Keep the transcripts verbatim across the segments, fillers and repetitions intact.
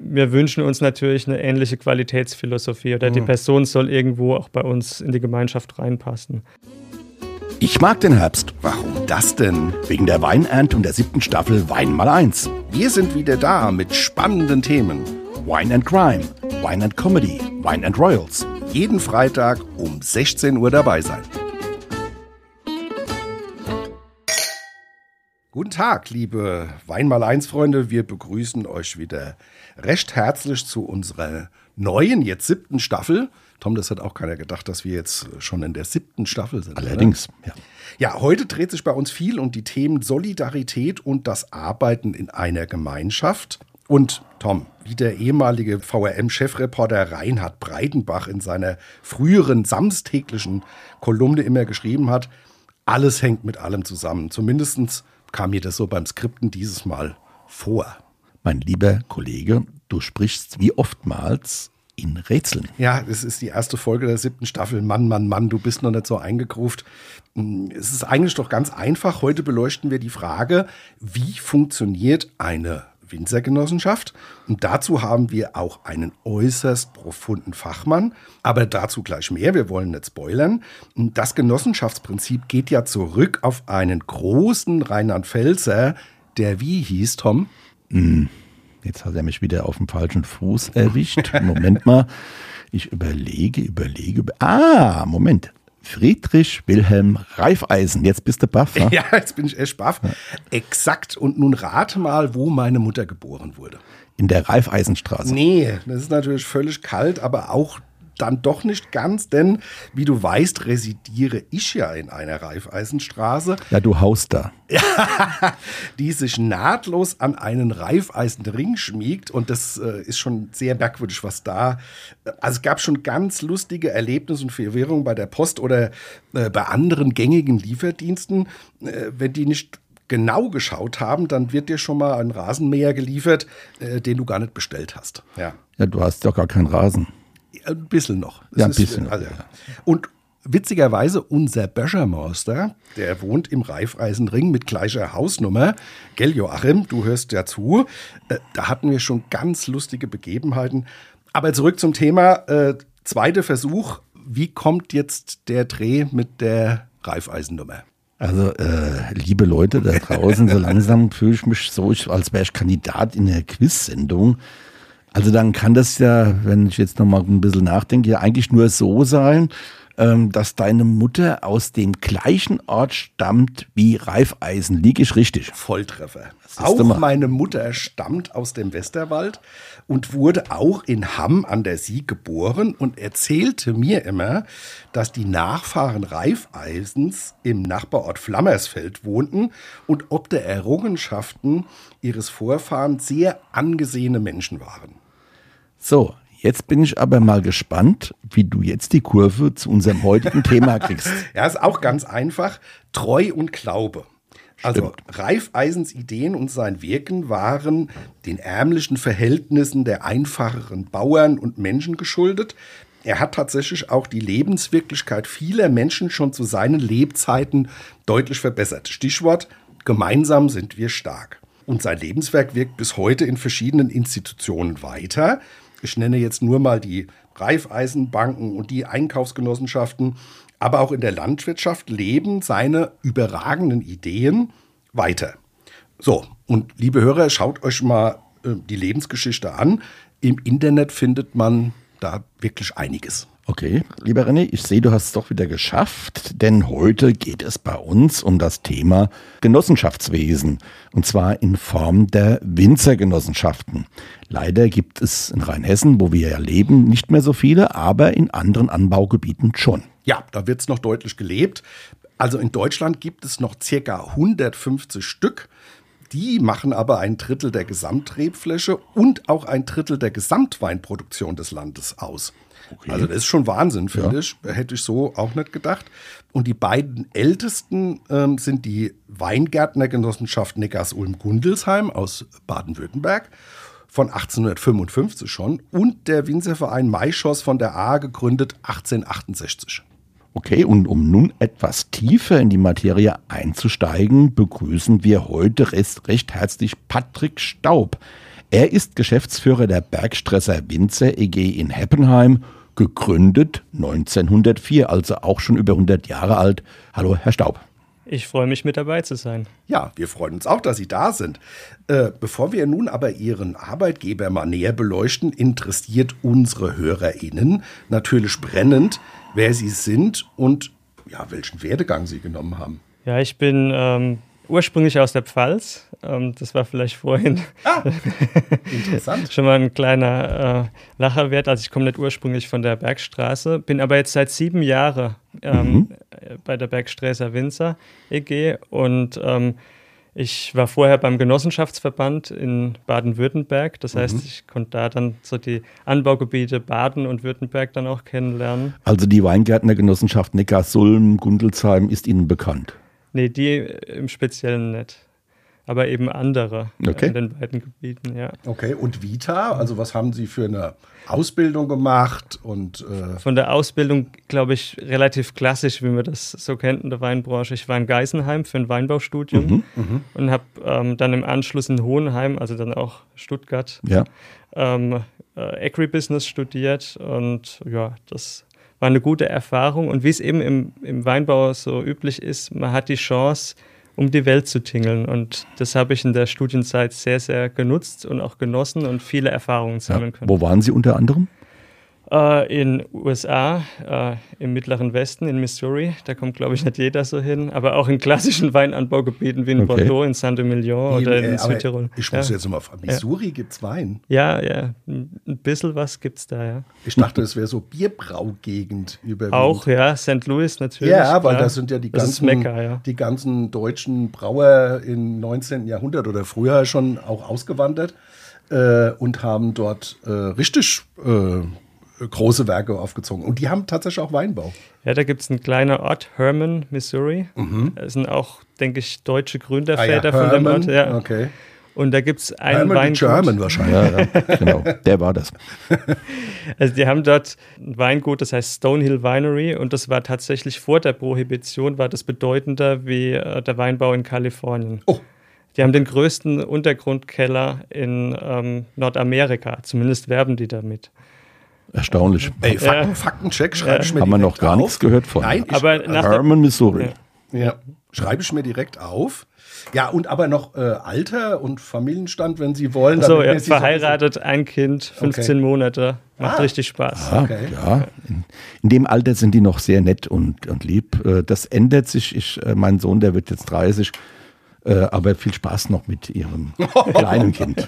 wir wünschen uns natürlich eine ähnliche Qualitätsphilosophie oder mhm. die Person soll irgendwo auch bei uns in die Gemeinschaft reinpassen. Ich mag den Herbst. Warum das denn? Wegen der Weinernte der siebten Staffel Wein mal eins. Wir sind wieder da mit spannenden Themen. Wine and Crime, Wine and Comedy, Wine and Royals. Jeden Freitag um sechzehn Uhr dabei sein. Guten Tag, liebe Wein mal eins Freunde. Wir begrüßen euch wieder recht herzlich zu unserer neuen, jetzt siebten Staffel. Tom, das hat auch keiner gedacht, dass wir jetzt schon in der siebten Staffel sind. Allerdings, ja. Ja, heute dreht sich bei uns viel um die Themen Solidarität und das Arbeiten in einer Gemeinschaft. Und Tom, wie der ehemalige V R M-Chefreporter Reinhard Breitenbach in seiner früheren samstäglichen Kolumne immer geschrieben hat, alles hängt mit allem zusammen. Zumindest kam mir das so beim Skripten dieses Mal vor. Mein lieber Kollege, du sprichst wie oftmals in Rätseln. Ja, es ist die erste Folge der siebten Staffel. Mann, Mann, Mann, du bist noch nicht so eingegruft. Es ist eigentlich doch ganz einfach. Heute beleuchten wir die Frage, wie funktioniert eine Winzergenossenschaft? Und dazu haben wir auch einen äußerst profunden Fachmann. Aber dazu gleich mehr, wir wollen nicht spoilern. Das Genossenschaftsprinzip geht ja zurück auf einen großen Rheinland-Pfälzer, der wie hieß, Tom? Mm. Jetzt hat er mich wieder auf dem falschen Fuß erwischt. Moment mal. Ich überlege, überlege. Über ah, Moment. Friedrich Wilhelm Raiffeisen. Jetzt bist du baff. Ne? Ja, jetzt bin ich echt baff. Ja. Exakt. Und nun rate mal, wo meine Mutter geboren wurde. In der Raiffeisenstraße. Nee, das ist natürlich völlig kalt, aber auch dann doch nicht ganz, denn wie du weißt, residiere ich ja in einer Raiffeisenstraße. Ja, du haust da. Die sich nahtlos an einen Raiffeisenring schmiegt und das äh, ist schon sehr merkwürdig, was da, also es gab schon ganz lustige Erlebnisse und Verwirrung bei der Post oder äh, bei anderen gängigen Lieferdiensten, äh, wenn die nicht genau geschaut haben, dann wird dir schon mal ein Rasenmäher geliefert, äh, den du gar nicht bestellt hast. Ja, ja, du hast doch gar keinen Rasen. Ein bisschen noch. Das ja, ein bisschen. Ist, also, ja. Und witzigerweise, unser Böschermeister, der wohnt im Raiffeisenring mit gleicher Hausnummer. Gell, Joachim, du hörst ja zu. Äh, da hatten wir schon ganz lustige Begebenheiten. Aber zurück zum Thema. Äh, zweiter Versuch. Wie kommt jetzt der Dreh mit der Raiffeisennummer? Also, äh, liebe Leute da draußen, so langsam fühle ich mich so, als wäre ich Kandidat in einer Quiz-Sendung. Also dann kann das ja, wenn ich jetzt noch mal ein bisschen nachdenke, ja eigentlich nur so sein, ähm, dass deine Mutter aus dem gleichen Ort stammt wie Raiffeisen. Liege ich richtig? Volltreffer. Auch meine Mutter stammt aus dem Westerwald und wurde auch in Hamm an der Sieg geboren und erzählte mir immer, dass die Nachfahren Raiffeisens im Nachbarort Flammersfeld wohnten und ob der Errungenschaften ihres Vorfahren sehr angesehene Menschen waren. So, jetzt bin ich aber mal gespannt, wie du jetzt die Kurve zu unserem heutigen Thema kriegst. Ja, ist auch ganz einfach. Treu und Glaube. Also Raiffeisens Ideen und sein Wirken waren den ärmlichen Verhältnissen der einfacheren Bauern und Menschen geschuldet. Er hat tatsächlich auch die Lebenswirklichkeit vieler Menschen schon zu seinen Lebzeiten deutlich verbessert. Stichwort, gemeinsam sind wir stark. Und sein Lebenswerk wirkt bis heute in verschiedenen Institutionen weiter. Ich nenne jetzt nur mal die Raiffeisenbanken und die Einkaufsgenossenschaften. Aber auch in der Landwirtschaft leben seine überragenden Ideen weiter. So, und liebe Hörer, schaut euch mal äh, die Lebensgeschichte an. Im Internet findet man da wirklich einiges. Okay, lieber René, ich sehe, du hast es doch wieder geschafft, denn heute geht es bei uns um das Thema Genossenschaftswesen und zwar in Form der Winzergenossenschaften. Leider gibt es in Rheinhessen, wo wir ja leben, nicht mehr so viele, aber in anderen Anbaugebieten schon. Ja, da wird es noch deutlich gelebt. Also in Deutschland gibt es noch circa hundertfünfzig Stück. Die machen aber ein Drittel der Gesamtrebfläche und auch ein Drittel der Gesamtweinproduktion des Landes aus. Okay. Also das ist schon Wahnsinn, finde ja. ich. Hätte ich so auch nicht gedacht. Und die beiden ältesten ähm, sind die Weingärtnergenossenschaft Neckarsulm-Gundelsheim aus Baden-Württemberg von achtzehnhundertfünfundfünfzig schon und der Winzerverein Maischoss von der Ahr gegründet achtzehnhundertachtundsechzig. Okay, und um nun etwas tiefer in die Materie einzusteigen, begrüßen wir heute recht, recht herzlich Patrick Staub. Er ist Geschäftsführer der Bergstresser Winzer E G in Heppenheim, gegründet neunzehnhundertvier, also auch schon über hundert Jahre alt. Hallo, Herr Staub. Ich freue mich, mit dabei zu sein. Ja, wir freuen uns auch, dass Sie da sind. Äh, bevor wir nun aber Ihren Arbeitgeber mal näher beleuchten, interessiert unsere HörerInnen natürlich brennend, wer Sie sind und ja, welchen Werdegang Sie genommen haben. Ja, ich bin ähm, ursprünglich aus der Pfalz. Ähm, das war vielleicht vorhin ah, interessant. schon mal ein kleiner äh, Lacher wert. Also ich komme nicht ursprünglich von der Bergstraße, bin aber jetzt seit sieben Jahren ähm, mhm. bei der Bergstresser Winzer E G und ähm, ich war vorher beim Genossenschaftsverband in Baden-Württemberg. Das heißt, mhm. ich konnte da dann so die Anbaugebiete Baden und Württemberg dann auch kennenlernen. Also die Weingärtnergenossenschaft Neckarsulm, Gundelsheim ist Ihnen bekannt? Nee, die im Speziellen nicht. Aber eben andere okay. in den beiden Gebieten, ja. Okay, und Vita? Also was haben Sie für eine Ausbildung gemacht? Und, äh Von der Ausbildung, glaube ich, relativ klassisch, wie man das so kennt in der Weinbranche. Ich war in Geisenheim für ein Weinbaustudium mhm, mhm. und habe ähm, dann im Anschluss in Hohenheim, also dann auch Stuttgart, ja. ähm, äh, Agribusiness studiert. Und ja, das war eine gute Erfahrung. Und wie es eben im, im Weinbau so üblich ist, man hat die Chance, um die Welt zu tingeln. Und das habe ich in der Studienzeit sehr, sehr genutzt und auch genossen und viele Erfahrungen sammeln ja. können. Wo waren Sie unter anderem? Äh, in U S A, äh, im Mittleren Westen, in Missouri. Da kommt, glaube ich, nicht jeder so hin. Aber auch in klassischen Weinanbaugebieten wie in okay. Bordeaux, in Saint-Emilion oder in Südtirol. Ich muss ja. jetzt mal fragen, Missouri ja. gibt es Wein? Ja, ja, ein bisschen was gibt es da, ja. Ich dachte, es wäre so Bierbraugegend überwiegend. Auch, ja, Sankt Louis natürlich. Ja, weil das sind ja die ganzen, Mekka, ja. die ganzen deutschen Brauer im neunzehnten Jahrhundert oder früher schon auch ausgewandert äh, und haben dort äh, richtig äh, große Werke aufgezogen. Und die haben tatsächlich auch Weinbau. Ja, da gibt es einen kleinen Ort, Herman, Missouri. Mhm. Das sind auch, denke ich, deutsche Gründerväter ah, ja, von dem Ort. Ja. Okay. Und da gibt es einen Herman Weingut. German wahrscheinlich. Ja, ja, genau, der war das. Also die haben dort ein Weingut, das heißt Stonehill Winery. Und das war tatsächlich vor der Prohibition, war das bedeutender wie äh, der Weinbau in Kalifornien. Oh. Die haben den größten Untergrundkeller in ähm, Nordamerika. Zumindest werben die damit. Erstaunlich. Ey, Fakten, ja. Faktencheck schreibe ja. ich mir Haben wir noch gar auf. nichts gehört von. Nein, ich, aber nach Herman, Missouri. Ja. ja, schreibe ich mir direkt auf. Ja, und aber noch äh, Alter und Familienstand, wenn Sie wollen. So, ja, verheiratet, so ein Kind, fünfzehn okay. Monate. Macht ah. richtig Spaß. Ah, okay. Ja, in, in dem Alter sind die noch sehr nett und, und lieb. Das ändert sich. Ich, mein Sohn, der wird jetzt dreißig. Äh, aber viel Spaß noch mit Ihrem kleinen Kind.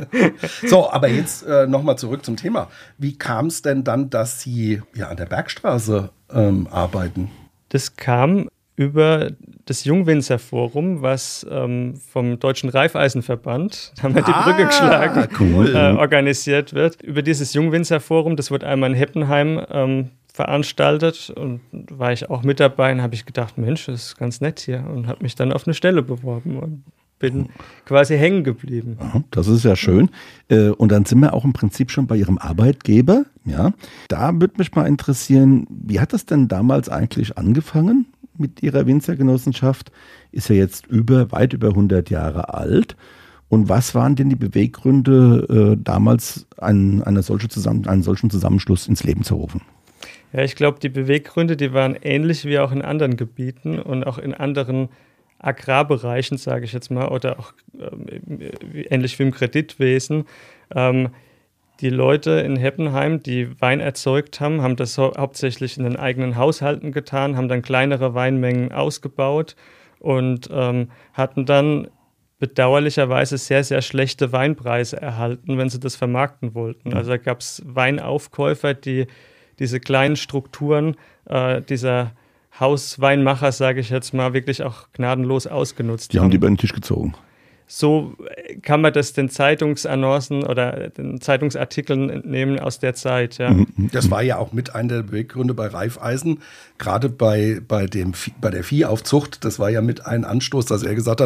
So, aber jetzt äh, nochmal zurück zum Thema. Wie kam es denn dann, dass Sie ja an der Bergstraße ähm, arbeiten? Das kam über das Jungwinzerforum, was ähm, vom Deutschen Reifeisenverband, da haben wir ah, die Brücke geschlagen, cool. äh, organisiert wird. Über dieses Jungwinzerforum, das wurde einmal in Heppenheim ähm, veranstaltet und war ich auch mit dabei und habe ich gedacht, Mensch, das ist ganz nett hier und habe mich dann auf eine Stelle beworben und bin quasi hängen geblieben. Das ist ja schön. Und dann sind wir auch im Prinzip schon bei Ihrem Arbeitgeber. Ja, da würde mich mal interessieren, wie hat das denn damals eigentlich angefangen mit Ihrer Winzergenossenschaft? Ist ja jetzt über, weit über hundert Jahre alt. Und was waren denn die Beweggründe, damals einen, eine solche Zusammen, einen solchen Zusammenschluss ins Leben zu rufen? Ja, ich glaube, die Beweggründe, die waren ähnlich wie auch in anderen Gebieten und auch in anderen Agrarbereichen, sage ich jetzt mal, oder auch äh, ähnlich wie im Kreditwesen. Ähm, die Leute in Heppenheim, die Wein erzeugt haben, haben das hau- hauptsächlich in den eigenen Haushalten getan, haben dann kleinere Weinmengen ausgebaut und ähm, hatten dann bedauerlicherweise sehr, sehr schlechte Weinpreise erhalten, wenn sie das vermarkten wollten. Also da gab es Weinaufkäufer, die diese kleinen Strukturen äh, dieser Hausweinmacher, sage ich jetzt mal, wirklich auch gnadenlos ausgenutzt die haben. haben die über den Tisch gezogen. So kann man das den Zeitungsannoncen oder den Zeitungsartikeln entnehmen aus der Zeit. Ja. Das war ja auch mit einer der Beweggründe bei Reifeisen, gerade bei, bei, dem, bei der Viehaufzucht. Das war ja mit ein Anstoß, dass er gesagt hat,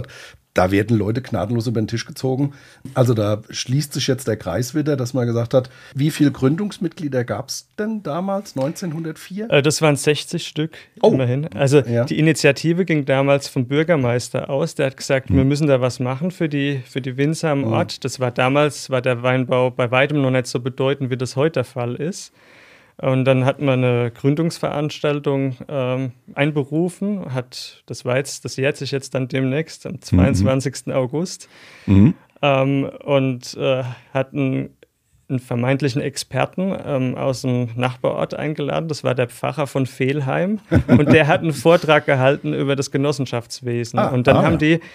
da werden Leute gnadenlos über den Tisch gezogen. Also da schließt sich jetzt der Kreis wieder, dass man gesagt hat, wie viele Gründungsmitglieder gab es denn damals, neunzehnhundertvier? Das waren sechzig Stück, oh. immerhin. Also ja. die Initiative ging damals vom Bürgermeister aus. Der hat gesagt, mhm. wir müssen da was machen für die, für die Winzer am mhm. Ort. Das war damals, war der Weinbau bei weitem noch nicht so bedeutend, wie das heute der Fall ist. Und dann hat man eine Gründungsveranstaltung ähm, einberufen, hat, das war jetzt, das jährt sich jetzt dann demnächst, am zweiundzwanzigsten August, mhm. ähm, und äh, hat einen, einen vermeintlichen Experten ähm, aus dem Nachbarort eingeladen, das war der Pfarrer von Velheim, und der hat einen Vortrag gehalten über das Genossenschaftswesen. Ah, und dann ah, haben ja. die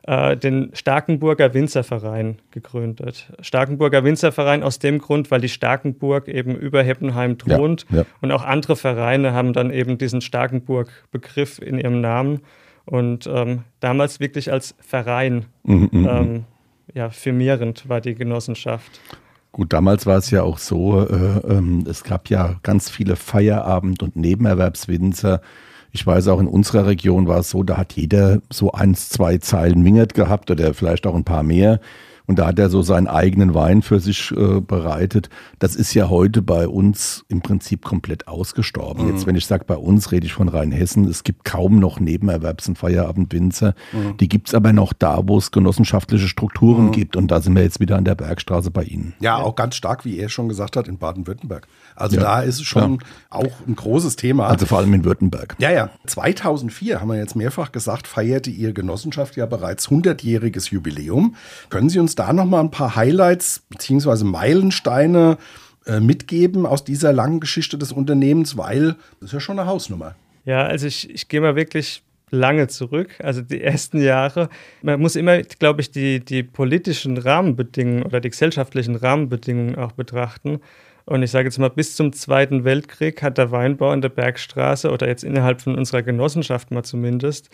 den Starkenburger Winzerverein gegründet. Starkenburger Winzerverein aus dem Grund, weil die Starkenburg eben über Heppenheim thront. Ja, ja. Und auch andere Vereine haben dann eben diesen Starkenburg-Begriff in ihrem Namen. Und ähm, damals wirklich als Verein mhm, ähm, ja, firmierend war die Genossenschaft. Gut, damals war es ja auch so, äh, ähm, es gab ja ganz viele Feierabend- und Nebenerwerbswinzer. Ich weiß auch, in unserer Region war es so, da hat jeder so eins, zwei Zeilen Wingert gehabt oder vielleicht auch ein paar mehr. Und da hat er so seinen eigenen Wein für sich äh, bereitet. Das ist ja heute bei uns im Prinzip komplett ausgestorben. Mhm. Jetzt, wenn ich sage bei uns, rede ich von Rheinhessen. Es gibt kaum noch Nebenerwerbs- und Feierabendwinzer. Mhm. Die gibt es aber noch da, wo es genossenschaftliche Strukturen mhm. gibt. Und da sind wir jetzt wieder an der Bergstraße bei Ihnen. Ja, auch ganz stark, wie er schon gesagt hat, in Baden-Württemberg. Also ja, da ist es schon klar. auch ein großes Thema. Also vor allem in Württemberg. Ja, ja. zweitausendvier, haben wir jetzt mehrfach gesagt, feierte Ihre Genossenschaft ja bereits hundertjähriges Jubiläum. Können Sie uns da noch mal ein paar Highlights bzw. Meilensteine äh, mitgeben aus dieser langen Geschichte des Unternehmens? Weil das ist ja schon eine Hausnummer. Ja, also ich, ich gehe mal wirklich lange zurück, also die ersten Jahre. Man muss immer, glaube ich, die, die politischen Rahmenbedingungen oder die gesellschaftlichen Rahmenbedingungen auch betrachten. Und ich sage jetzt mal, bis zum Zweiten Weltkrieg hat der Weinbau in der Bergstraße oder jetzt innerhalb von unserer Genossenschaft mal zumindest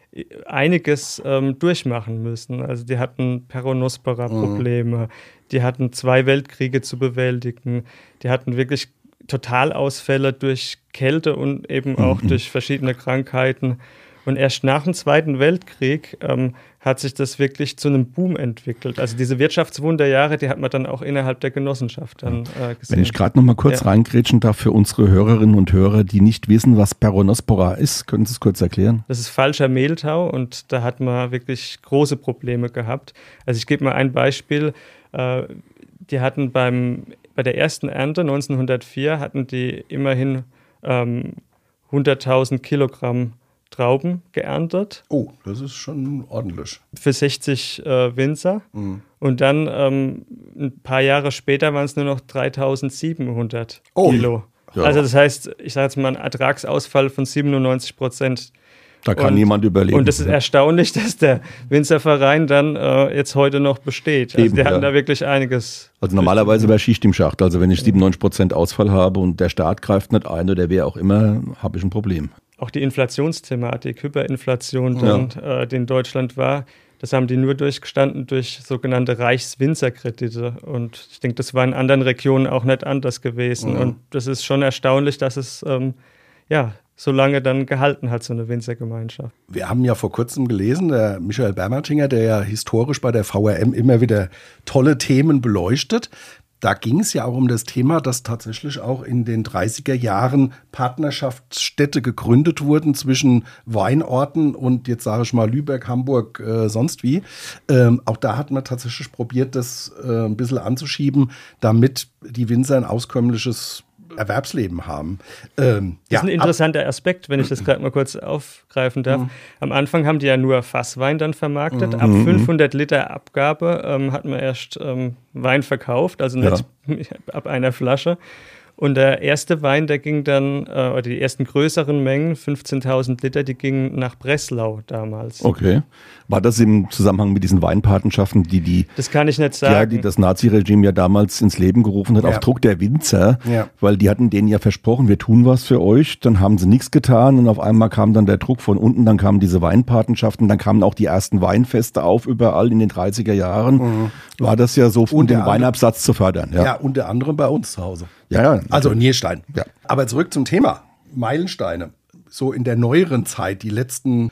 einiges ähm, durchmachen müssen. Also die hatten Peronospora-Probleme, mhm. die hatten zwei Weltkriege zu bewältigen, die hatten wirklich Totalausfälle durch Kälte und eben mhm. auch durch verschiedene Krankheiten. Und erst nach dem Zweiten Weltkrieg ähm, hat sich das wirklich zu einem Boom entwickelt. Also diese Wirtschaftswunderjahre, die hat man dann auch innerhalb der Genossenschaft dann äh, gesehen. Wenn ich gerade noch mal kurz ja. reingrätschen darf für unsere Hörerinnen und Hörer, die nicht wissen, was Peronospora ist, können Sie es kurz erklären? Das ist falscher Mehltau und da hat man wirklich große Probleme gehabt. Also ich gebe mal ein Beispiel. Äh, die hatten beim, bei der ersten Ernte neunzehnhundertvier hatten die immerhin ähm, hunderttausend Kilogramm Trauben geerntet. Oh, das ist schon ordentlich. Für sechzig äh, Winzer. Mhm. Und dann ähm, ein paar Jahre später waren es nur noch dreitausendsiebenhundert oh. Kilo. Ja. Also das heißt, ich sage jetzt mal, ein Ertragsausfall von siebenundneunzig Prozent. Da kann und, niemand überleben. Und es ist erstaunlich, dass der Winzerverein dann äh, jetzt heute noch besteht. Also Eben, die hatten ja. da wirklich einiges. Also normalerweise wäre Schicht im Schacht. Also wenn ich siebenundneunzig Prozent Ausfall habe und der Staat greift nicht ein oder wer auch immer, habe ich ein Problem. Auch die Inflationsthematik, Hyperinflation, dann, ja. äh, die in Deutschland war, das haben die nur durchgestanden durch sogenannte Reichswinzerkredite. Und ich denke, das war in anderen Regionen auch nicht anders gewesen. Mhm. Und das ist schon erstaunlich, dass es ähm, ja, so lange dann gehalten hat, so eine Winzergemeinschaft. Wir haben ja vor kurzem gelesen, der Michael Bermatinger, der ja historisch bei der V R M immer wieder tolle Themen beleuchtet. Da ging es ja auch um das Thema, dass tatsächlich auch in den dreißiger Jahren Partnerschaftsstädte gegründet wurden zwischen Weinorten und jetzt sage ich mal Lübeck, Hamburg, äh, sonst wie. Ähm, auch da hat man tatsächlich probiert, das äh, ein bisschen anzuschieben, damit die Winzer ein auskömmliches Erwerbsleben haben. Ähm, das ist ja, ein interessanter ab- Aspekt, wenn ich das gerade mal kurz aufgreifen darf. Mhm. Am Anfang haben die ja nur Fasswein dann vermarktet. Mhm. Ab fünfhundert Liter Abgabe ähm, hat man erst ähm, Wein verkauft, also nicht ja. ab einer Flasche. Und der erste Wein, der ging dann, äh, oder die ersten größeren Mengen, fünfzehntausend Liter, die gingen nach Breslau damals. Okay. War das im Zusammenhang mit diesen Weinpatenschaften, die die... Das kann ich nicht sagen. Ja, die das Naziregime ja damals ins Leben gerufen hat, ja. auf Druck der Winzer, ja. weil die hatten denen ja versprochen, wir tun was für euch, dann haben sie nichts getan und auf einmal kam dann der Druck von unten, dann kamen diese Weinpatenschaften, dann kamen auch die ersten Weinfeste auf, überall in den dreißiger Jahren. Mhm. War das ja so, um den Weinabsatz zu fördern. Ja. ja, unter anderem bei uns zu Hause. Ja, ja. Also in Nierstein. Ja. Aber zurück zum Thema. Meilensteine. So in der neueren Zeit, die letzten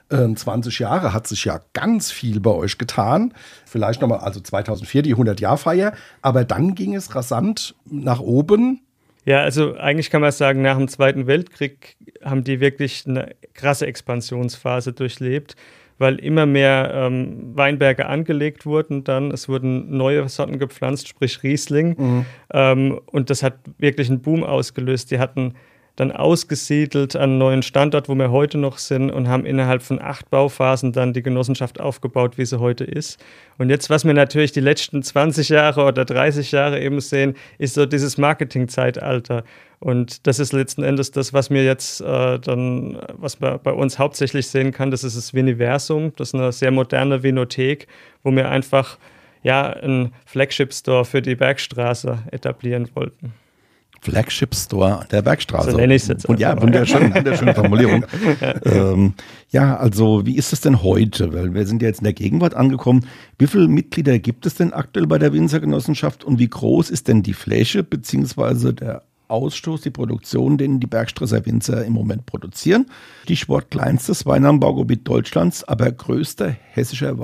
äh, zwanzig Jahre hat sich ja ganz viel bei euch getan. Vielleicht nochmal, also zweitausendvier die hundert-Jahr-Feier, aber dann ging es rasant nach oben. Ja, also eigentlich kann man sagen, nach dem Zweiten Weltkrieg haben die wirklich eine krasse Expansionsphase durchlebt, weil immer mehr ähm, Weinberge angelegt wurden dann. Es wurden neue Sorten gepflanzt, sprich Riesling. Mhm. Ähm, und das hat wirklich einen Boom ausgelöst. Die hatten dann ausgesiedelt an einen neuen Standort, wo wir heute noch sind, und haben innerhalb von acht Bauphasen dann die Genossenschaft aufgebaut, wie sie heute ist. Und jetzt, was wir natürlich die letzten zwanzig Jahre oder dreißig Jahre eben sehen, ist so dieses Marketing-Zeitalter. Und das ist letzten Endes das, was mir jetzt äh, dann, was man bei uns hauptsächlich sehen kann, das ist das Viniversum. Das ist eine sehr moderne Vinothek, wo wir einfach ja einen Flagship-Store für die Bergstraße etablieren wollten. Flagship Store der Bergstraße. So nenne ich es jetzt. Und ja, wunderschön, wunderschöne Formulierung. ja. Ähm, ja, also wie ist es denn heute? Weil wir sind ja jetzt in der Gegenwart angekommen. Wie viele Mitglieder gibt es denn aktuell bei der Winzergenossenschaft und wie groß ist denn die Fläche beziehungsweise der Ausstoß, die Produktion, den die Bergstraßer Winzer im Moment produzieren? Stichwort kleinstes Weinanbaugebiet Deutschlands, aber größter hessischer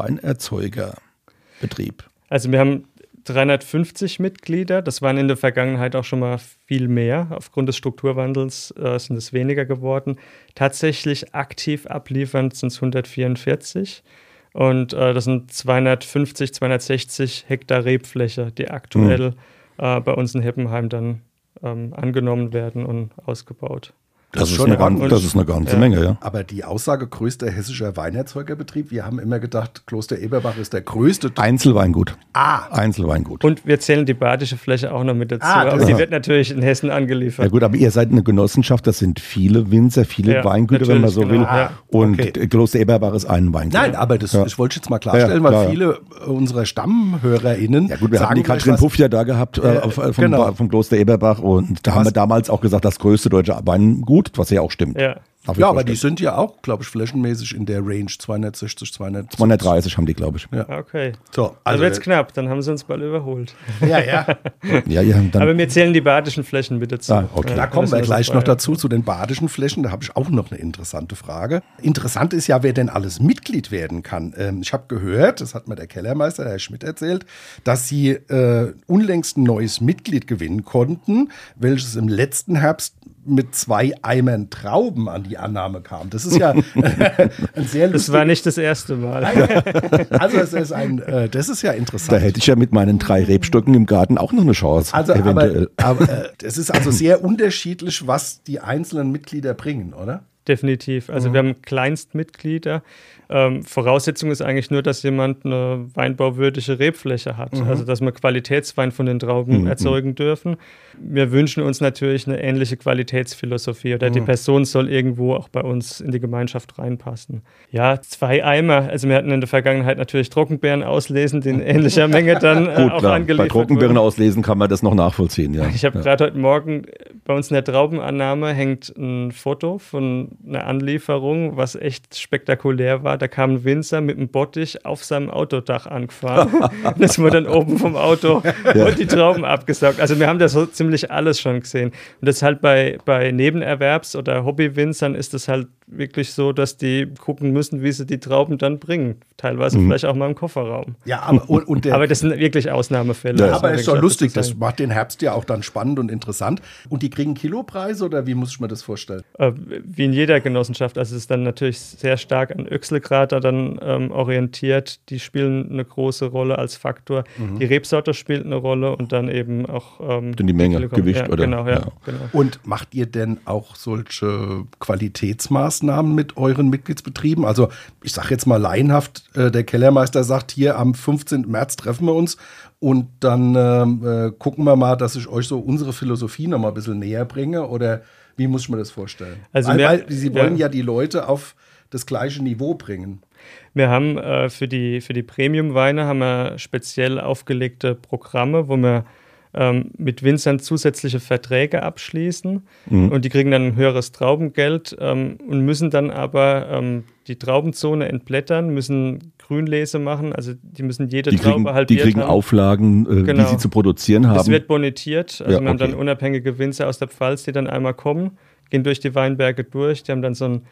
Weinerzeugerbetrieb. Also wir haben dreihundertfünfzig Mitglieder, das waren in der Vergangenheit auch schon mal viel mehr. Aufgrund des Strukturwandels äh, sind es weniger geworden. Tatsächlich aktiv abliefernd sind es hundertvierundvierzig und äh, das sind zweihundertfünfzig, zweihundertsechzig Hektar Rebfläche, die aktuell mhm. äh, bei uns in Heppenheim dann ähm, angenommen werden und ausgebaut. Das, das, ist, eine ganz, das ist eine ganze ja. Menge, ja. Aber die Aussage größter hessischer Weinerzeugerbetrieb, wir haben immer gedacht, Kloster Eberbach ist der größte. Einzelweingut. Ah. Einzelweingut. Und wir zählen die badische Fläche auch noch mit dazu. Ah, aber die wird natürlich in Hessen angeliefert. Ja gut, aber ihr seid eine Genossenschaft, das sind viele Winzer, viele ja, Weingüter, wenn man so genau. will. Ah, und okay. Kloster Eberbach ist ein Weingut. Nein, aber das, ja. ich wollte jetzt mal klarstellen, ja, klar, weil viele unserer StammhörerInnen ja gut, wir haben die Katrin Puff ja da gehabt äh, äh, vom, genau. vom Kloster Eberbach und da was? haben wir damals auch gesagt, das größte deutsche Weingut, was ja auch stimmt. Ja, ja aber die sind ja auch, glaube ich, flächenmäßig in der Range zweihundertsechzig, zweihundertsiebzig. zweihundertdreißig haben die, glaube ich. Ja. Okay. So, also dann wird's knapp, dann haben sie uns bald überholt. Ja, ja. ja, ja dann aber wir zählen die badischen Flächen bitte zu. Ah, okay. Ja, da kommen wir gleich noch dazu, zu den badischen Flächen. Da habe ich auch noch eine interessante Frage. Interessant ist ja, wer denn alles Mitglied werden kann. Ähm, ich habe gehört, das hat mir der Kellermeister, der Herr Schmidt, erzählt, dass sie äh, unlängst ein neues Mitglied gewinnen konnten, welches im letzten Herbst mit zwei Eimern Trauben an die Annahme kam. Das ist ja ein sehr lustiges. Das war nicht das erste Mal. Also das ist, ein, äh, das ist ja interessant. Da hätte ich ja mit meinen drei Rebstöcken im Garten auch noch eine Chance. Also, eventuell. aber, aber äh, es ist also sehr unterschiedlich, was die einzelnen Mitglieder bringen, oder? Definitiv. Also mhm. wir haben Kleinstmitglieder. Ähm, Voraussetzung ist eigentlich nur, dass jemand eine weinbauwürdige Rebfläche hat. Mhm. Also dass wir Qualitätswein von den Trauben mhm. erzeugen dürfen. Wir wünschen uns natürlich eine ähnliche Qualitätsphilosophie oder mhm. die Person soll irgendwo auch bei uns in die Gemeinschaft reinpassen. Ja, zwei Eimer. Also wir hatten in der Vergangenheit natürlich Trockenbeeren auslesen, die in ähnlicher Menge dann äh, Gut, auch klar. angeliefert Bei Trockenbeeren wurden. auslesen kann man das noch nachvollziehen. Ja. Ich habe ja. gerade heute Morgen bei uns in der Traubenannahme hängt ein Foto von einer Anlieferung, was echt spektakulär war. Da kam ein Winzer mit einem Bottich auf seinem Autodach angefahren. Das wurde dann oben vom Auto ja. und die Trauben abgesaugt. Also wir haben das so ziemlich alles schon gesehen. Und das halt bei, bei Nebenerwerbs- oder Hobbywinzern ist es halt wirklich so, dass die gucken müssen, wie sie die Trauben dann bringen. Teilweise mhm. vielleicht auch mal im Kofferraum. Ja, aber, und, und der, aber das sind wirklich Ausnahmefälle. Ja, aber ist doch lustig, das macht den Herbst ja auch dann spannend und interessant. Und die kriegen Kilopreise oder wie muss ich mir das vorstellen? Äh, wie in jeder Genossenschaft. Also es ist dann natürlich sehr stark an Öchselkrater dann ähm, orientiert. Die spielen eine große Rolle als Faktor. Mhm. Die Rebsorte spielt eine Rolle und dann eben auch ähm, die Menge, die Gewicht, ja, oder? Genau, ja, ja. genau. Und macht ihr denn auch solche Qualitätsmaßnahmen mit euren Mitgliedsbetrieben? Also ich sage jetzt mal laienhaft, äh, der Kellermeister sagt, hier am fünfzehnten März treffen wir uns und dann äh, gucken wir mal, dass ich euch so unsere Philosophie noch mal ein bisschen näher bringe, oder wie muss ich mir das vorstellen? Also weil, wir, weil sie wollen ja. ja die Leute auf das gleiche Niveau bringen. Wir haben äh, für die, für die Premium-Weine haben wir speziell aufgelegte Programme, wo wir ähm, mit Winzern zusätzliche Verträge abschließen mhm. und die kriegen dann ein höheres Traubengeld ähm, und müssen dann aber ähm, die Traubenzone entblättern, müssen Grünlese machen, also die müssen jede die Traube kriegen, halbiert Die kriegen haben. Auflagen, äh, genau. wie sie zu produzieren haben. Das wird bonitiert, also ja, wir haben okay. dann unabhängige Winzer aus der Pfalz, die dann einmal kommen, gehen durch die Weinberge durch, die haben dann so ein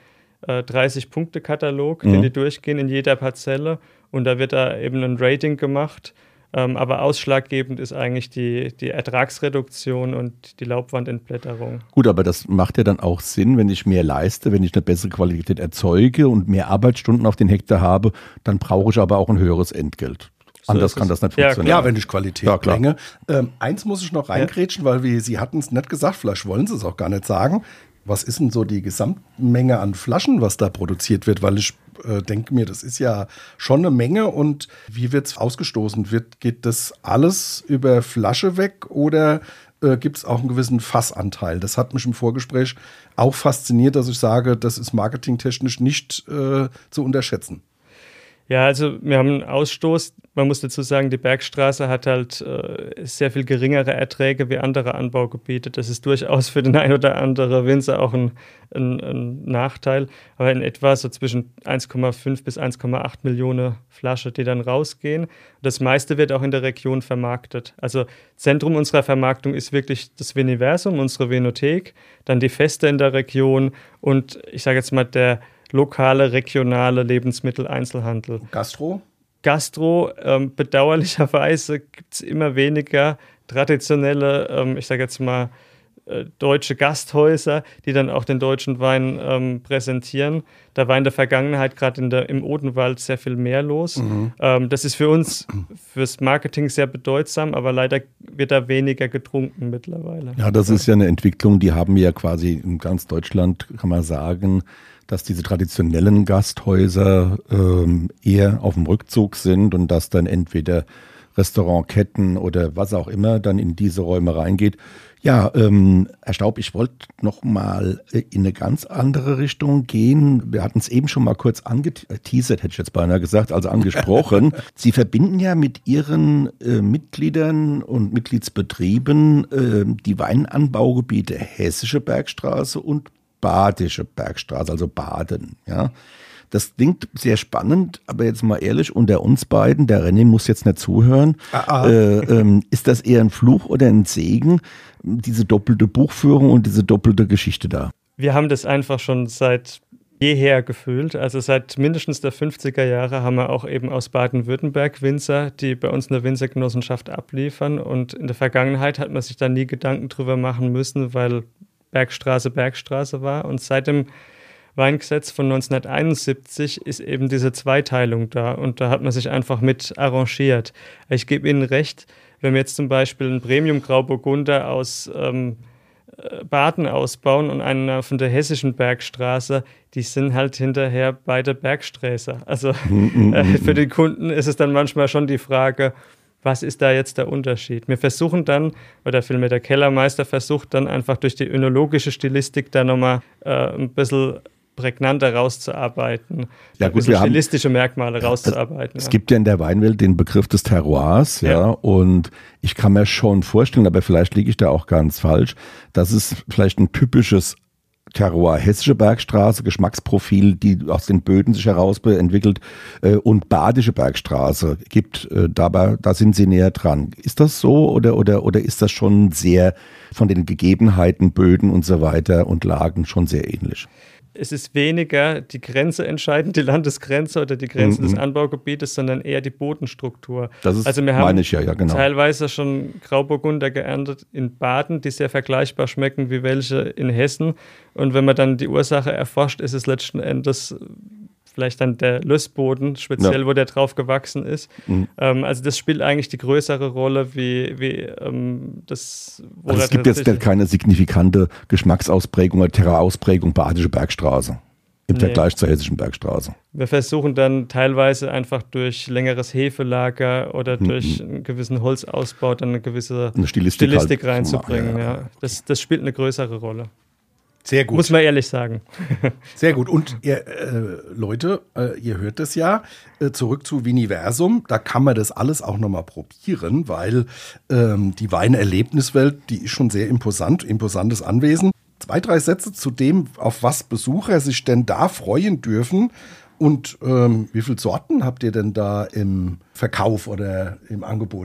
äh, dreißig-Punkte-Katalog, Mhm. den die durchgehen in jeder Parzelle. Und da wird da eben ein Rating gemacht. Ähm, aber ausschlaggebend ist eigentlich die, die Ertragsreduktion und die Laubwandentblätterung. Gut, aber das macht ja dann auch Sinn, wenn ich mehr leiste, wenn ich eine bessere Qualität erzeuge und mehr Arbeitsstunden auf den Hektar habe, dann brauche ich aber auch ein höheres Entgelt. So Anders ist kann es. das nicht Ja, funktionieren. Ja, wenn ich Qualität Ja, klar. bringe. Ähm, eins muss ich noch reingrätschen, weil wir, Sie hatten es nicht gesagt, vielleicht wollen Sie es auch gar nicht sagen. Was ist denn so die Gesamtmenge an Flaschen, was da produziert wird? Weil ich äh, denke mir, das ist ja schon eine Menge. Und wie wird es ausgestoßen? Wird, geht das alles über Flasche weg oder äh, gibt es auch einen gewissen Fassanteil? Das hat mich im Vorgespräch auch fasziniert, dass ich sage, das ist marketingtechnisch nicht äh, zu unterschätzen. Ja, also wir haben einen Ausstoß. Man muss dazu sagen, die Bergstraße hat halt äh, sehr viel geringere Erträge wie andere Anbaugebiete. Das ist durchaus für den ein oder anderen Winzer auch ein, ein, ein Nachteil. Aber in etwa so zwischen eins Komma fünf bis eins Komma acht Millionen Flaschen, die dann rausgehen. Das meiste wird auch in der Region vermarktet. Also Zentrum unserer Vermarktung ist wirklich das Viniversum, unsere Vinothek, dann die Feste in der Region und ich sage jetzt mal der lokale, regionale Lebensmitteleinzelhandel. Gastro? Gastro, ähm, bedauerlicherweise gibt es immer weniger traditionelle, ähm, ich sage jetzt mal, äh, deutsche Gasthäuser, die dann auch den deutschen Wein ähm, präsentieren. Da war in der Vergangenheit gerade im Odenwald sehr viel mehr los. Mhm. Ähm, das ist für uns, fürs Marketing sehr bedeutsam, aber leider wird da weniger getrunken mittlerweile. Ja, das ist ja eine Entwicklung, die haben wir ja quasi in ganz Deutschland, kann man sagen, dass diese traditionellen Gasthäuser ähm, eher auf dem Rückzug sind und dass dann entweder Restaurantketten oder was auch immer dann in diese Räume reingeht. Ja, ähm, Herr Staub, ich wollte noch mal in eine ganz andere Richtung gehen. Wir hatten es eben schon mal kurz angeteasert, hätte ich jetzt beinahe gesagt, also angesprochen. Sie verbinden ja mit Ihren äh, Mitgliedern und Mitgliedsbetrieben äh, die Weinanbaugebiete Hessische Bergstraße und Badische Bergstraße, also Baden, ja. Das klingt sehr spannend, aber jetzt mal ehrlich, unter uns beiden, der René muss jetzt nicht zuhören, Ah, ah. äh, ähm, ist das eher ein Fluch oder ein Segen, diese doppelte Buchführung und diese doppelte Geschichte da? Wir haben das einfach schon seit jeher gefühlt. Also seit mindestens der fünfziger Jahre haben wir auch eben aus Baden-Württemberg Winzer, die bei uns eine Winzergenossenschaft abliefern. Und in der Vergangenheit hat man sich da nie Gedanken drüber machen müssen, weil Bergstraße Bergstraße war. Und seit dem Weingesetz von neunzehnhunderteinundsiebzig ist eben diese Zweiteilung da. Und da hat man sich einfach mit arrangiert. Ich gebe Ihnen recht, wenn wir jetzt zum Beispiel einen Premium-Grauburgunder aus ähm, Baden ausbauen und einen von der hessischen Bergstraße, die sind halt hinterher beide Bergsträßer. Also äh, für den Kunden ist es dann manchmal schon die Frage, was ist da jetzt der Unterschied? Wir versuchen dann, oder vielmehr der Kellermeister versucht dann einfach durch die önologische Stilistik da nochmal äh, ein bisschen prägnanter rauszuarbeiten, Ja, ein gut, bisschen wir haben- stilistische Merkmale rauszuarbeiten. Es ja. gibt ja in der Weinwelt den Begriff des Terroirs, ja, Ja. und ich kann mir schon vorstellen, aber vielleicht liege ich da auch ganz falsch, dass es vielleicht ein typisches Terroir, Hessische Bergstraße, Geschmacksprofil, die aus den Böden sich heraus entwickelt, äh, und Badische Bergstraße gibt. Äh, dabei, da sind Sie näher dran. Ist das so oder, oder, oder ist das schon sehr von den Gegebenheiten, Böden und so weiter und Lagen schon sehr ähnlich? Es ist weniger die Grenze entscheidend, die Landesgrenze oder die Grenze Mhm. des Anbaugebietes, sondern eher die Bodenstruktur. Das ist, Also wir haben meine ich ja, ja, genau. teilweise schon Grauburgunder geerntet in Baden, die sehr vergleichbar schmecken wie welche in Hessen. Und wenn man dann die Ursache erforscht, ist es letzten Endes vielleicht dann der Lössboden, speziell Ja. wo der drauf gewachsen ist. Mhm. Ähm, also das spielt eigentlich die größere Rolle wie, wie ähm, das... wo Also es der gibt jetzt tatsächlich- keine signifikante Geschmacksausprägung oder Terrorausprägung Badische Bergstraße im Nee. Vergleich zur Hessischen Bergstraße. Wir versuchen dann teilweise einfach durch längeres Hefelager oder Mhm. durch einen gewissen Holzausbau dann eine gewisse Eine Stilistik, Stilistik halt. reinzubringen. Ja, ja, Ja, ja. Das, das spielt eine größere Rolle. Sehr gut. Muss man ehrlich sagen. Sehr gut. Und ihr, äh, Leute, äh, ihr hört das ja, äh, zurück zu Viniversum, da kann man das alles auch nochmal probieren, weil ähm, die Weinerlebniswelt, die ist schon sehr imposant, imposantes Anwesen. Zwei, drei Sätze zu dem, auf was Besucher sich denn da freuen dürfen. Und ähm, wie viele Sorten habt ihr denn da im Verkauf oder im Angebot?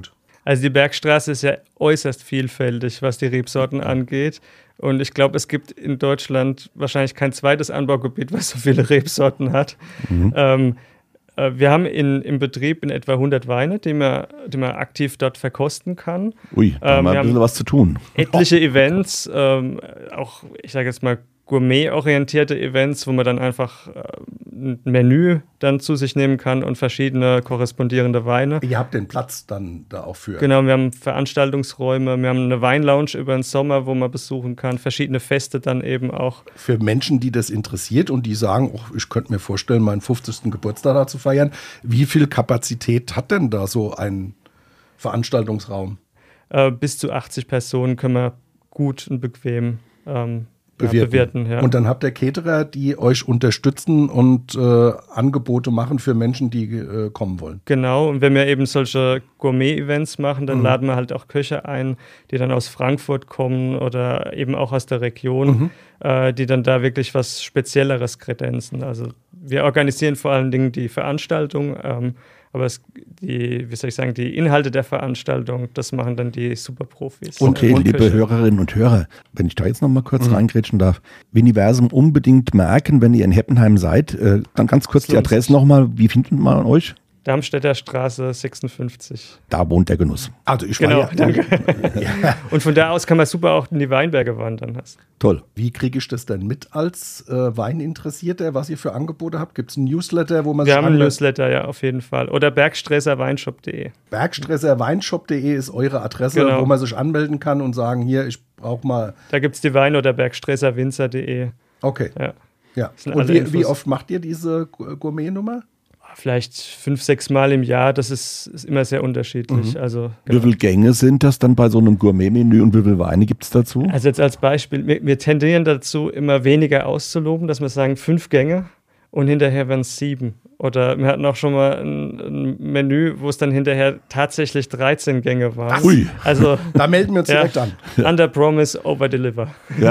Also die Bergstraße ist ja äußerst vielfältig, was die Rebsorten angeht. Und ich glaube, es gibt in Deutschland wahrscheinlich kein zweites Anbaugebiet, was so viele Rebsorten hat. Mhm. Ähm, äh, wir haben in, im Betrieb in etwa hundert Weine, die man, die man aktiv dort verkosten kann. Ui, da haben ähm, wir wir ein bisschen was zu tun. Etliche Events, ähm, auch, ich sage jetzt mal, gourmet-orientierte Events, wo man dann einfach äh, ein Menü dann zu sich nehmen kann und verschiedene korrespondierende Weine. Ihr habt den Platz dann da auch für. Genau, wir haben Veranstaltungsräume, wir haben eine Weinlounge über den Sommer, wo man besuchen kann, verschiedene Feste dann eben auch. Für Menschen, die das interessiert und die sagen, oh, ich könnte mir vorstellen, meinen fünfzigsten Geburtstag da zu feiern, wie viel Kapazität hat denn da so ein Veranstaltungsraum? Äh, bis zu achtzig Personen können wir gut und bequem ähm, Bewirten. Ja, bewerten, ja. Und dann habt ihr Caterer, die euch unterstützen und äh, Angebote machen für Menschen, die äh, kommen wollen. Genau, und wenn wir eben solche Gourmet-Events machen, dann Mhm. laden wir halt auch Köche ein, die dann aus Frankfurt kommen oder eben auch aus der Region, Mhm. äh, die dann da wirklich was Spezielleres kredenzen. Also wir organisieren vor allen Dingen die Veranstaltung, ähm, aber es, die, wie soll ich sagen, die Inhalte der Veranstaltung, das machen dann die Superprofis. Okay, und liebe Köche. Hörerinnen und Hörer, wenn ich da jetzt noch mal kurz Mhm. reingrätschen darf. Viniversum unbedingt merken, wenn ihr in Heppenheim seid. Äh, dann ganz kurz Das die lohnt Adresse sich. noch mal. Wie findet man euch? Darmstädter Straße sechsundfünfzig. Da wohnt der Genuss. Also ich Genau, war ja, danke. ja. Und von da aus kann man super auch in die Weinberge wandern. Toll. Wie kriege ich das denn mit als äh, Weininteressierter, was ihr für Angebote habt? Gibt es einen Newsletter, wo man Wir sich haben einen anmeldet? Newsletter, ja, auf jeden Fall. Oder bergstresserweinshop punkt de. Bergstresserweinshop punkt de ist eure Adresse, Genau. wo man sich anmelden kann und sagen, hier, ich brauche mal. Da gibt es die Weine oder bergstresserwinzer punkt de. Okay, Ja. ja. sind Und alle wie, Infos. wie oft macht ihr diese Gu- Gourmet-Nummer? Vielleicht fünf, sechs Mal im Jahr, das ist, ist immer sehr unterschiedlich. Mhm. Also, Wie viele Gänge sind das dann bei so einem Gourmet-Menü und wie viele Weine gibt es dazu? also jetzt als Beispiel, wir, wir tendieren dazu, immer weniger auszuloben, dass wir sagen fünf Gänge und hinterher werden es sieben. Oder wir hatten auch schon mal ein, ein Menü, wo es dann hinterher tatsächlich dreizehn Gänge waren. Ui. Also Da melden wir uns Ja. direkt an. under promise, over deliver.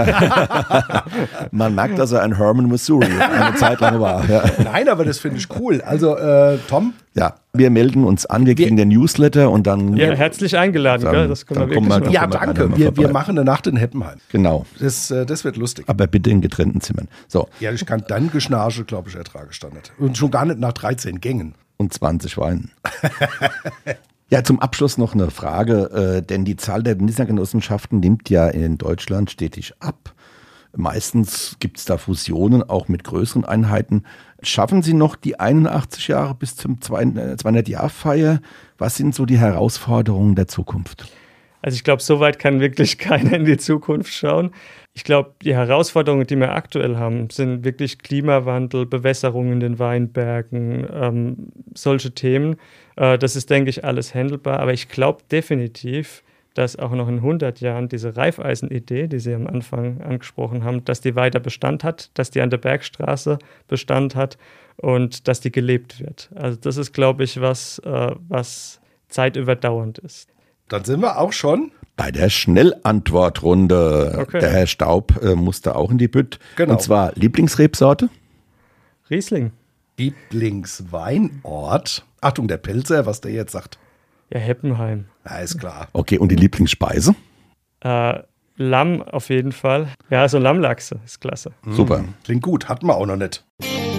Man merkt, dass er ein Herman Missouri eine Zeit lang war. Ja. Nein, aber das finde ich cool. Also, äh, Tom, ja, wir melden uns an, wir kriegen den Newsletter und dann. Ja, herzlich eingeladen, Dann- gell? Das können dann wir kommen wirklich wir- machen. ja, kommen wir danke. gerne mal Wir, wir vorbei. machen eine Nacht in Heppenheim. Genau. Das, äh, das wird lustig. Aber bitte in getrennten Zimmern. So, Ja, ich kann dann Geschnarche, glaube ich, ertrage ich dann nicht. Und schon gar nicht nach dreizehn Gängen. und zwanzig Weinen. Ja, zum Abschluss noch eine Frage, äh, denn die Zahl der Winzergenossenschaften nimmt ja in Deutschland stetig ab. Meistens gibt es da Fusionen, auch mit größeren Einheiten. Schaffen Sie noch die einundachtzig Jahre bis zum zweihundert-Jahr-Feier? Was sind so die Herausforderungen der Zukunft? Also ich glaube, so weit kann wirklich keiner in die Zukunft schauen. Ich glaube, die Herausforderungen, die wir aktuell haben, sind wirklich Klimawandel, Bewässerung in den Weinbergen, ähm, solche Themen. Äh, das ist, denke ich, alles handelbar. Aber ich glaube definitiv, dass auch noch in hundert Jahren diese Reifeisen-Idee, die Sie am Anfang angesprochen haben, dass die weiter Bestand hat, dass die an der Bergstraße Bestand hat und dass die gelebt wird. Also das ist, glaube ich, was, äh, was zeitüberdauernd ist. Dann sind wir auch schon. Bei der Schnellantwortrunde. Okay. Der Herr Staub äh, musste auch in die Bütt. Genau. Und zwar Lieblingsrebsorte? Riesling. Lieblingsweinort. Achtung, der Pelzer, was der jetzt sagt. Ja, Heppenheim. Ja, ist klar. Okay, und die Lieblingsspeise? Äh, Lamm auf jeden Fall. Ja, so Lammlachse ist klasse. Super. Klingt gut, hatten wir auch noch nicht.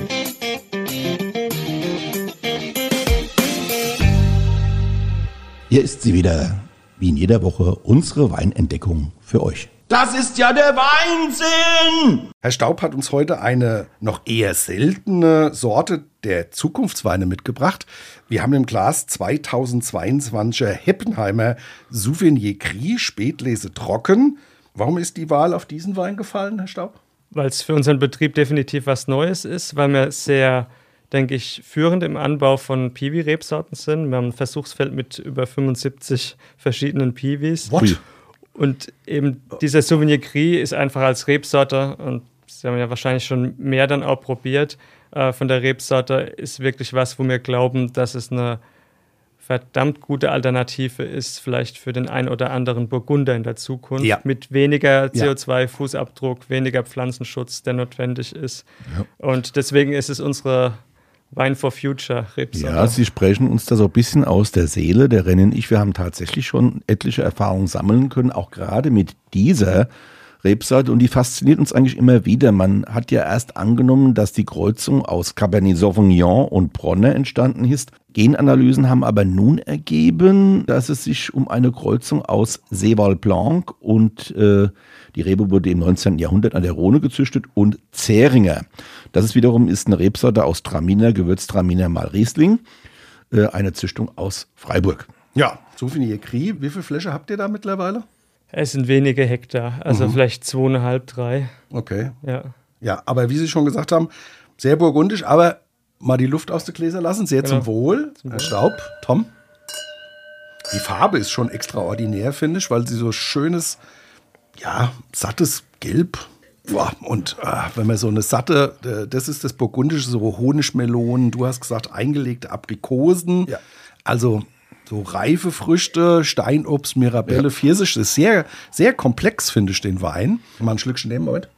Hier ist sie wieder, wie in jeder Woche, unsere Weinentdeckung für euch. Das ist ja der Weinsinn! Herr Staub hat uns heute eine noch eher seltene Sorte der Zukunftsweine mitgebracht. Wir haben im Glas zweitausendzweiundzwanziger Heppenheimer Souvenir Gris Spätlese trocken. Warum ist die Wahl auf diesen Wein gefallen, Herr Staub? Weil es für unseren Betrieb definitiv was Neues ist, weil wir sehr, denke ich, führend im Anbau von Piwi-Rebsorten sind. Wir haben ein Versuchsfeld mit über fünfundsiebzig verschiedenen Piwis. What? Ui. Und eben dieser Souvenir Gris ist einfach als Rebsorte, und Sie haben ja wahrscheinlich schon mehr dann auch probiert, äh, von der Rebsorte, ist wirklich was, wo wir glauben, dass es eine verdammt gute Alternative ist, vielleicht für den ein oder anderen Burgunder in der Zukunft, Ja. mit weniger C O zwei Fußabdruck, weniger Pflanzenschutz, der notwendig ist. Ja. Und deswegen ist es unsere, Wine for Future Rebsorte. Ja, Sie sprechen uns da so ein bisschen aus der Seele. Der René und ich, wir haben tatsächlich schon etliche Erfahrungen sammeln können, auch gerade mit dieser Rebsorte. Und die fasziniert uns eigentlich immer wieder. Man hat ja erst angenommen, dass die Kreuzung aus Cabernet Sauvignon und Bronner entstanden ist. Genanalysen haben aber nun ergeben, dass es sich um eine Kreuzung aus Cheval Blanc und äh, die Rebe wurde im neunzehnten Jahrhundert an der Rhone gezüchtet und Zähringer. Das ist wiederum ist eine Rebsorte aus Traminer, Gewürztraminer mal Riesling, äh, eine Züchtung aus Freiburg. Ja, Sauvignon Gris. Wie viele Fläche habt ihr da mittlerweile? Es sind wenige Hektar, also mhm. vielleicht zweieinhalb, drei. Okay. Ja. Ja, aber wie Sie schon gesagt haben, sehr burgundisch, aber mal die Luft aus den Gläsern lassen, sehr genau. zum Wohl. Zum Herr Staub, Tom. Die Farbe ist schon extraordinär, finde ich, weil sie so schönes, ja, sattes Gelb. Boah, und äh, wenn man so eine satte, äh, das ist das burgundische, so Honigmelonen, du hast gesagt, eingelegte Aprikosen, ja. Also so reife Früchte, Steinobst, Mirabelle, ja. Pfirsich, das ist sehr, sehr komplex, finde ich, den Wein. Mal ein Schlückchen nehmen, Moment.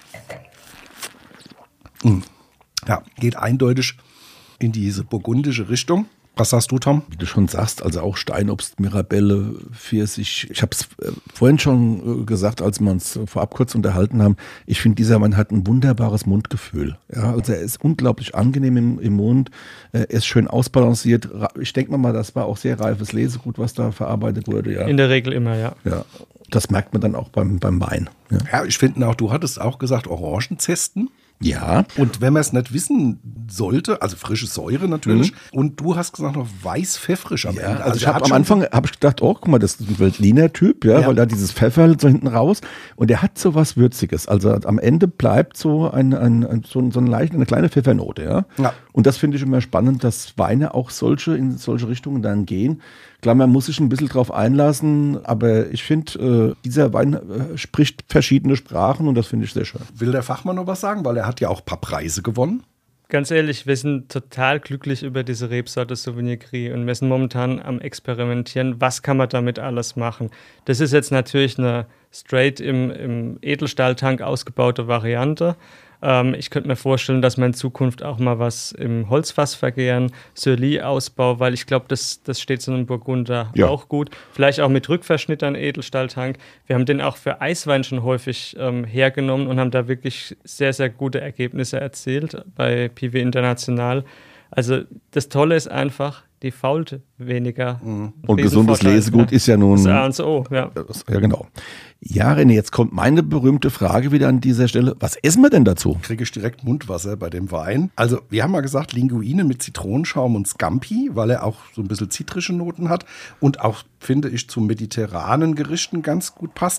Mm. Ja, geht eindeutig in diese burgundische Richtung. Was sagst du, Tom? Wie du schon sagst, also auch Steinobst, Mirabelle, Pfirsich. Ich habe es äh, vorhin schon äh, gesagt, als wir uns äh, vorab kurz unterhalten haben. Ich finde, dieser Wein hat ein wunderbares Mundgefühl. Ja, also er ist unglaublich angenehm im, im Mund. Äh, er ist schön ausbalanciert. Ich denke mal, das war auch sehr reifes Lesegut, was da verarbeitet wurde. Ja. In der Regel immer, ja. Ja, das merkt man dann auch beim, beim Wein. Ja, ja, ich finde auch, du hattest auch gesagt, Orangenzesten. Ja. Und wenn man es nicht wissen sollte, also frische Säure natürlich, mhm. und du hast gesagt noch weiß-pfeffrig am ja, Ende. Also, also ich habe am Anfang hab ich gedacht, oh, guck mal, das ist ein Veltliner Typ, ja, ja, weil da dieses Pfeffer so hinten raus und der hat so was Würziges. Also am Ende bleibt so ein, ein, ein so, so eine, leichte, eine kleine Pfeffernote, ja. ja. Und das finde ich immer spannend, dass Weine auch solche in solche Richtungen dann gehen. Klar, man muss sich ein bisschen drauf einlassen, aber ich finde, äh, dieser Wein äh, spricht verschiedene Sprachen und das finde ich sehr schön. Will der Fachmann noch was sagen? Weil er hat ja auch ein paar Preise gewonnen. Ganz ehrlich, wir sind total glücklich über diese Rebsorte Sauvignon Gris und wir sind momentan am Experimentieren, was kann man damit alles machen. Das ist jetzt natürlich eine straight im, im Edelstahltank ausgebaute Variante. Ähm, ich könnte mir vorstellen, dass wir in Zukunft auch mal was im Holzfass vergären, Surly-Ausbau, weil ich glaube, das, das steht so einem Burgunder ja. auch gut. Vielleicht auch mit Rückverschnitt an Edelstahltank. Wir haben den auch für Eiswein schon häufig ähm, hergenommen und haben da wirklich sehr, sehr gute Ergebnisse erzielt bei Pivet International. Also das Tolle ist einfach, die fault weniger. Mhm. Und gesundes Lesegut ist ja nun... Das A und O, ja. Ja, genau. Ja, René, jetzt kommt meine berühmte Frage wieder an dieser Stelle. Was essen wir denn dazu? Kriege ich direkt Mundwasser bei dem Wein. Also wir haben mal gesagt, Linguine mit Zitronenschaum und Scampi, weil er auch so ein bisschen zitrische Noten hat und auch, finde ich, zu mediterranen Gerichten ganz gut passt.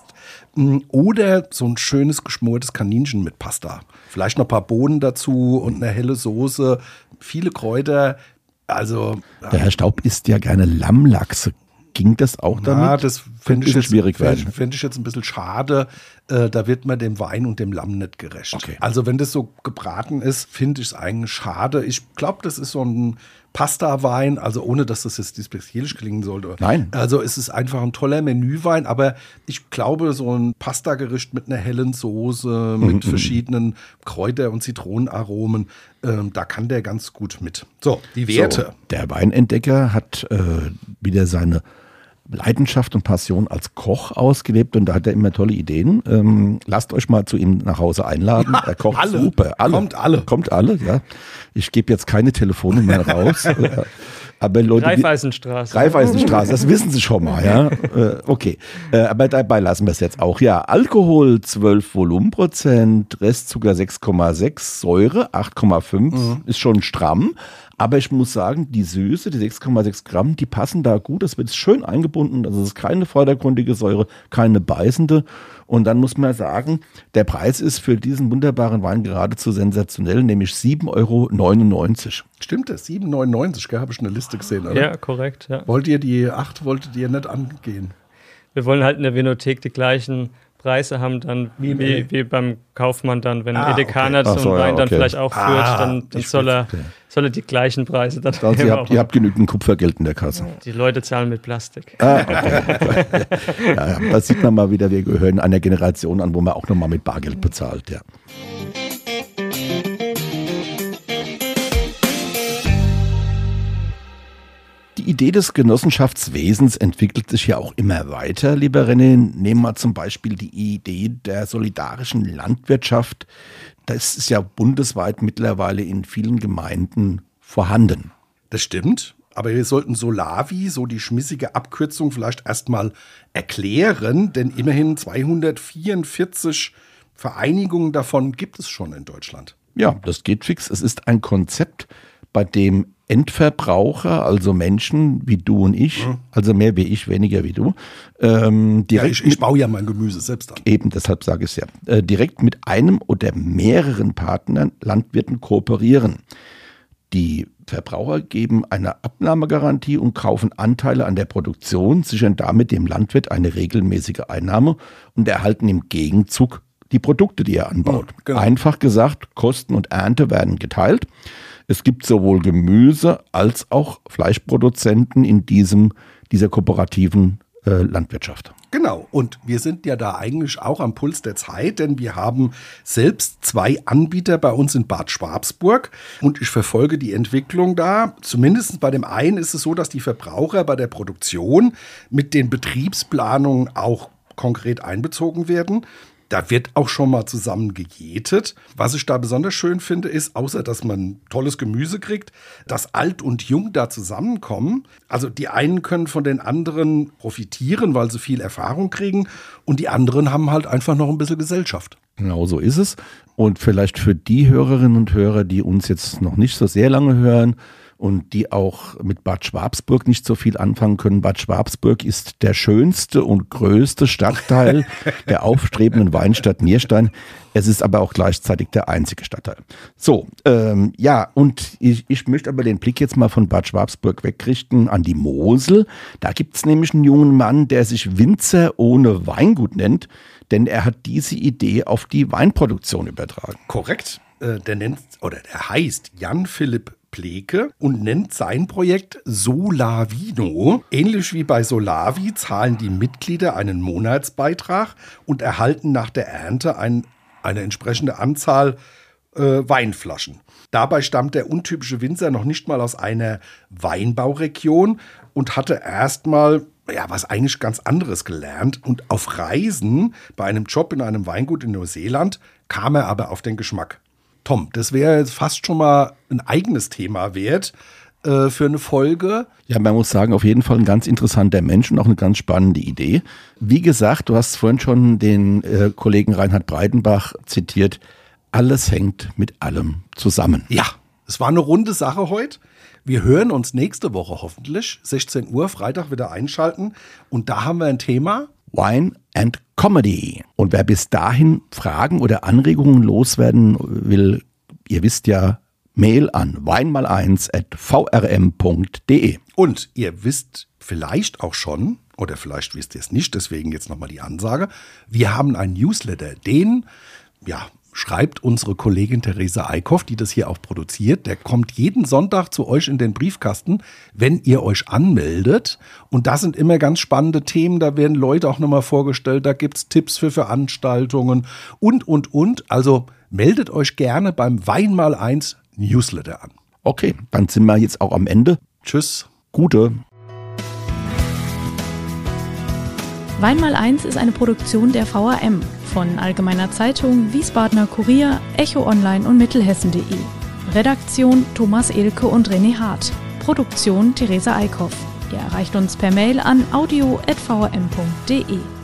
Oder so ein schönes geschmortes Kaninchen mit Pasta. Vielleicht noch ein paar Bohnen dazu und eine helle Soße, viele Kräuter. Also, der Herr Staub isst ja gerne Lammlachse. Ging das auch damit? Ja, das finde ich, schwierig fänd, fänd ich jetzt ein bisschen schade. Äh, da wird man dem Wein und dem Lamm nicht gerecht. Okay. Also wenn das so gebraten ist, finde ich es eigentlich schade. Ich glaube, das ist so ein Pasta-Wein, also ohne, dass das jetzt despektierlich klingen sollte. Nein. Also es ist einfach ein toller Menüwein, aber ich glaube, so ein Pasta-Gericht mit einer hellen Soße, mit mhm. verschiedenen Kräuter- und Zitronenaromen, ähm, da kann der ganz gut mit. So, die Werte. So, der Weinentdecker hat äh, wieder seine Leidenschaft und Passion als Koch ausgelebt und da hat er immer tolle Ideen. Ähm, lasst euch mal zu ihm nach Hause einladen. Er kocht alle. super. Alle. Kommt alle. Kommt alle, ja. Ich gebe jetzt keine Telefonnummer raus. Aber Leute, Raiffeisenstraße. Raiffeisenstraße, das wissen Sie schon mal, ja. Äh, okay, äh, aber dabei lassen wir es jetzt auch. Ja, Alkohol zwölf Volumenprozent, Restzucker sechs Komma sechs, Säure acht Komma fünf, mhm. ist schon stramm. Aber ich muss sagen, die Süße, die sechs Komma sechs Gramm, die passen da gut. Das wird schön eingebunden. Also es ist keine vordergründige Säure, keine beißende. Und dann muss man sagen, der Preis ist für diesen wunderbaren Wein geradezu sensationell, nämlich sieben Euro neunundneunzig. Stimmt das? sieben Euro neunundneunzig, habe ich eine Liste gesehen, oder? Ja, korrekt. Ja. Wollt ihr die acht, wolltet ihr nicht angehen? Wir wollen halt in der Vinothek die gleichen Preise haben dann wie, wie, wie beim Kaufmann dann, wenn ah, Edekaner okay. so, so einen Wein ja, okay. dann vielleicht auch führt, ah, dann, dann soll, er, okay. soll er die gleichen Preise dann also ihr, habt, ihr habt genügend Kupfergeld in der Kasse. Die Leute zahlen mit Plastik. Ah, okay. ja, ja, da sieht man mal wieder, wir gehören einer Generation an, wo man auch nochmal mit Bargeld bezahlt. Ja. die Idee des Genossenschaftswesens entwickelt sich ja auch immer weiter, lieber René. Nehmen wir zum Beispiel die Idee der solidarischen Landwirtschaft. Das ist ja bundesweit mittlerweile in vielen Gemeinden vorhanden. Das stimmt, aber wir sollten Solavi, so die schmissige Abkürzung, vielleicht erstmal erklären, denn immerhin zweihundertvierundvierzig Vereinigungen davon gibt es schon in Deutschland. Ja, das geht fix. Es ist ein Konzept, bei dem Endverbraucher, also Menschen wie du und ich, mhm. also mehr wie ich, weniger wie du, ähm, direkt ja, ich, ich baue ja mein Gemüse selbst an. Eben, deshalb sage ich es ja, äh, direkt mit einem oder mehreren Partnern, Landwirten kooperieren. Die Verbraucher geben eine Abnahmegarantie und kaufen Anteile an der Produktion, sichern damit dem Landwirt eine regelmäßige Einnahme und erhalten im Gegenzug die Produkte, die er anbaut. Mhm, genau. Einfach gesagt, Kosten und Ernte werden geteilt. Es gibt sowohl Gemüse als auch Fleischproduzenten in diesem, dieser kooperativen äh, Landwirtschaft. Genau, und wir sind ja da eigentlich auch am Puls der Zeit, denn wir haben selbst zwei Anbieter bei uns in Bad Schwabsburg und ich verfolge die Entwicklung da. Zumindest bei dem einen ist es so, dass die Verbraucher bei der Produktion mit den Betriebsplanungen auch konkret einbezogen werden. Da wird auch schon mal zusammen gejätet. Was ich da besonders schön finde, ist, außer dass man tolles Gemüse kriegt, dass Alt und Jung da zusammenkommen. Also die einen können von den anderen profitieren, weil sie viel Erfahrung kriegen und die anderen haben halt einfach noch ein bisschen Gesellschaft. Genau so ist es. Und vielleicht für die Hörerinnen und Hörer, die uns jetzt noch nicht so sehr lange hören, und die auch mit Bad Schwabsburg nicht so viel anfangen können. Bad Schwabsburg ist der schönste und größte Stadtteil der aufstrebenden Weinstadt Nierstein. Es ist aber auch gleichzeitig der einzige Stadtteil. So, ähm, ja, und ich, ich möchte aber den Blick jetzt mal von Bad Schwabsburg wegrichten an die Mosel. Da gibt es nämlich einen jungen Mann, der sich Winzer ohne Weingut nennt, denn er hat diese Idee auf die Weinproduktion übertragen. Korrekt. Äh, der nennt, oder der heißt Jan Philipp Pleke und nennt sein Projekt Solavino. Ähnlich wie bei Solavi zahlen die Mitglieder einen Monatsbeitrag und erhalten nach der Ernte ein, eine entsprechende Anzahl äh, Weinflaschen. Dabei stammt der untypische Winzer noch nicht mal aus einer Weinbauregion und hatte erstmal ja, was eigentlich ganz anderes gelernt. Und auf Reisen bei einem Job in einem Weingut in Neuseeland kam er aber auf den Geschmack. Tom, das wäre jetzt fast schon mal ein eigenes Thema wert äh, für eine Folge. Ja, man muss sagen, auf jeden Fall ein ganz interessanter Mensch und auch eine ganz spannende Idee. Wie gesagt, du hast vorhin schon den äh, Kollegen Reinhard Breitenbach zitiert. Alles hängt mit allem zusammen. Ja, es war eine runde Sache heute. Wir hören uns nächste Woche hoffentlich, sechzehn Uhr, Freitag wieder einschalten. Und da haben wir ein Thema. Wine and Comedy. Und wer bis dahin Fragen oder Anregungen loswerden will, ihr wisst ja, Mail an wein mal eins at v r m punkt d e. Und ihr wisst vielleicht auch schon, oder vielleicht wisst ihr es nicht, deswegen jetzt nochmal die Ansage, wir haben einen Newsletter, den, ja, schreibt unsere Kollegin Theresa Eickhoff, die das hier auch produziert. Der kommt jeden Sonntag zu euch in den Briefkasten, wenn ihr euch anmeldet. Und das sind immer ganz spannende Themen. Da werden Leute auch nochmal vorgestellt. Da gibt es Tipps für Veranstaltungen und, und, und. Also meldet euch gerne beim Wein mal eins Newsletter an. Okay, dann sind wir jetzt auch am Ende. Tschüss. Gute. Wein mal eins ist eine Produktion der V A M von Allgemeiner Zeitung, Wiesbadener Kurier, Echo Online und Mittelhessen punkt de. Redaktion Thomas Elke und René Hart. Produktion Theresa Eickhoff. Ihr erreicht uns per Mail an audio at v a m punkt d e.